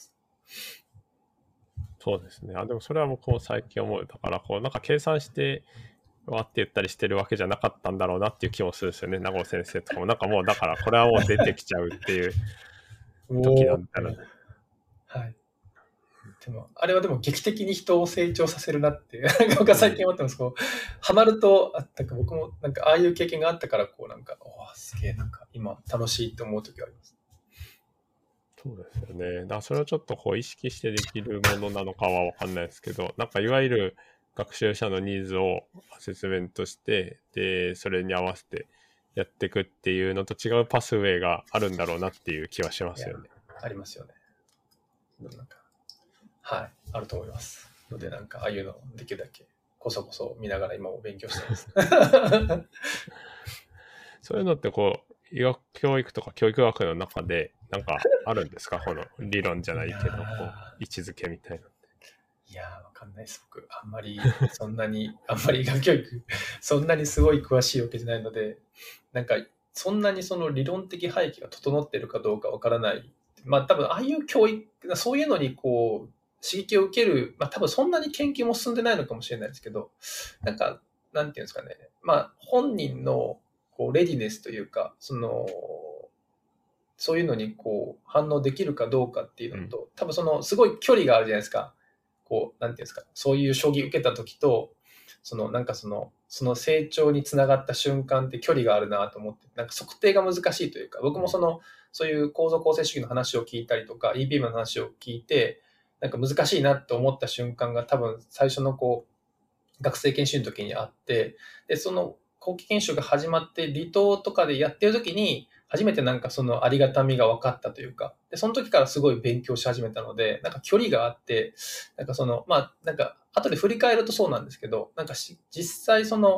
そうですね。あ、でもそれは僕も最近思う。だからこう、なんか計算して、わって言ったりしてるわけじゃなかったんだろうなっていう気もするんですよね。名護先生とかも。なんかもう、だからこれはもう出てきちゃうっていう時なんだろうね。 はい。でも、あれはでも劇的に人を成長させるなって、なんか僕は最近思ってます。こう、ハマると、あったか僕もなんかああいう経験があったから、こうなんか、おーすげえなんか今楽しいって思う時があります。 そうですよね。だからそれをちょっとこう意識してできるものなのかはわかんないですけど、なんかいわゆる学習者のニーズをアセスメントして、で、それに合わせてやっていくっていうのと違うパスウェイがあるんだろうなっていう気はしますよね。 ありますよね。なんかはい、あると思います。ので、なんか、ああいうのできるだけ、こそこそ見ながら今も勉強してます。 そういうのってこう、医学教育とか教育学の中で、なんかあるんですかこの理論じゃないけど、こう、位置づけみたいな。 いやー、わかんないです。僕、あんまり、そんなに、あんまり医学教育、そんなにすごい詳しいわけじゃないので、なんか、そんなにその理論的背景が整っているかどうかわからない。まあ、多分、ああいう教育、そういうのにこう、刺激を受ける、まあ、多分そんなに研究も進んでないのかもしれないですけど、なんか、なんていうんですかね。まあ、本人の、こう、レディネスというか、その、そういうのにこう反応できるかどうかっていうのと、多分そのすごい距離があるじゃないですか。こう、なんていうんですか、そういう将棋受けた時と、そのなんかその、その成長につながった瞬間って距離があるなと思って、なんか測定が難しいというか、僕もその、そういう構造構成主義の話を聞いたりとか、イーピーエム の話を聞いて、なんか難しいなって思った瞬間が多分最初のこう、学生研修の時にあって、で、その後期研修が始まって離島とかでやってる時に、初めてなんかそのありがたみが分かったというか、で、その時からすごい勉強し始めたので、なんか距離があって、なんかその、まあ、なんか後で振り返るとそうなんですけど、なんかし実際その、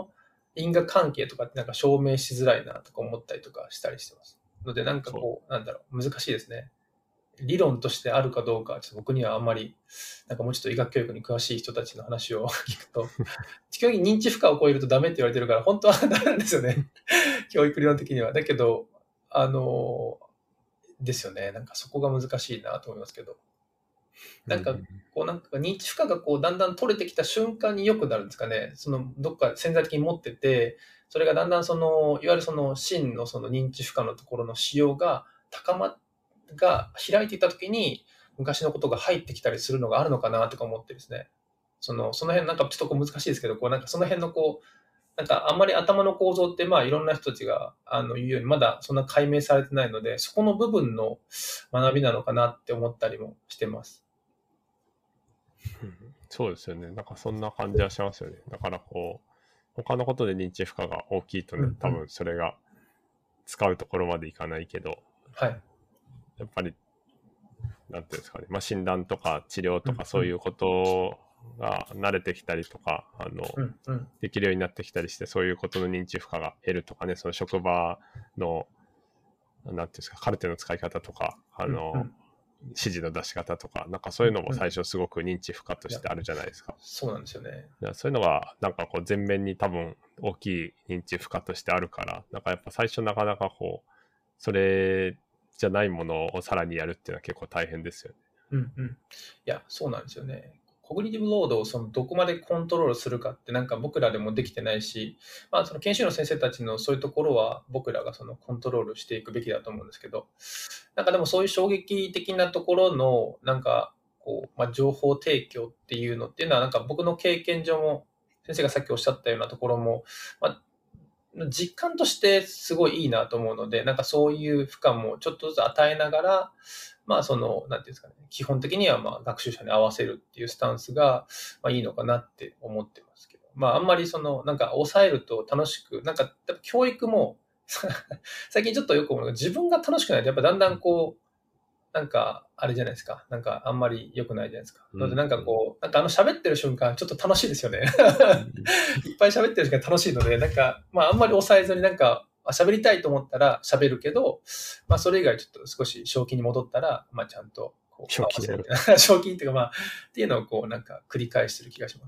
因果関係とかってなんか証明しづらいなとか思ったりとかしたりしてます。ので、なんかこう、なんだろう、難しいですね。理論としてあるかどうか、ちょっと僕にはあんまり、なんかもうちょっと医学教育に詳しい人たちの話を聞くと、基本的に認知負荷を超えるとダメって言われてるから、本当はダメなんですよね。教育理論的には。だけど、あの、ですよね。なんかそこが難しいなと思いますけど。なんか、こうなんか認知負荷がこうだんだん取れてきた瞬間に良くなるんですかね。そのどっか潜在的に持ってて、それがだんだんその、いわゆるその真のその認知負荷のところの仕様が高まっが開いていたときに昔のことが入ってきたりするのがあるのかなとか思ってですね。その、その辺なんかちょっとこう難しいですけど、こうなんかその辺のこう、なんかあんまり頭の構造ってまあいろんな人たちがあの言うようにまだそんな解明されてないので、そこの部分の学びなのかなって思ったりもしてます。 うん、そうですよね。なんかそんな感じはしますよね。だからこう、他のことで認知負荷が大きいとね、多分それが使うところまでいかないけど、 はい。 やっぱり、なんていうんですかね、まあ、診断とか治療とかそういうことが慣れてきたりとか、あの、 うんうん、 できるようになってきたりして、そういうことの認知負荷が減るとかね、その職場の、なんていうんですか、カルテの使い方とか、あの、うんうん、指示の出し方とか、なんかそういうのも最初すごく認知負荷としてあるじゃないですか。 そうなんですよね。 そういうのが、なんかこう、前面に多分大きい認知負荷としてあるから、なんかやっぱ最初なかなかこう、それ、じゃないものをさらにやるっていうのは結構大変ですよね。 うんうん。いや、そうなんですよね。コグニティブロードをそのどこまでコントロールするかってなんか僕らでもできてないし、まあその研修の先生たちのそういうところは僕らがそのコントロールしていくべきだと思うんですけど、なんかでもそういう衝撃的なところのなんかこう、まあ、情報提供っていうのっていうのはなんか僕の経験上も先生がさっきおっしゃったようなところも、まあ実感としてすごいいいなと思うので、なんかそういう負荷もちょっとずつ与えながら、まあその、なんていうんですかね、基本的にはまあ学習者に合わせるっていうスタンスが、まあいいのかなって思ってますけど、まああんまりその、なんか抑えると楽しく、なんか教育も最近ちょっとよく思うのが自分が楽しくないとやっぱだんだんこう、なんか、あれじゃないですか。なんか、あんまり良くないじゃないですか。なので、なんかこう、なんかあの喋ってる瞬間、ちょっと楽しいですよね。いっぱい喋ってる瞬間楽しいので、なんか、まあ、あんまり抑えずになんか、喋りたいと思ったら喋るけど、まあ、それ以外ちょっと少し正気に戻ったら、まあ、ちゃんとこう、 正気で正気っていうか、まあ、っていうのをこう、なんか繰り返してる気がします。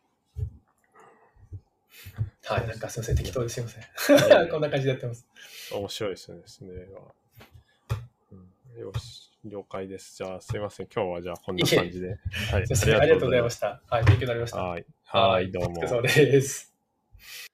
はい、なんかすいません、適当ですいません。こんな感じでやってます。 面白いですね。ですね。よし、了解です。じゃあ、すいません。今日はじゃあ、こんな感じで。はい、 ありがとうございました。はい、勉強になりました。 はい、はい、どうも。 お疲れ様です。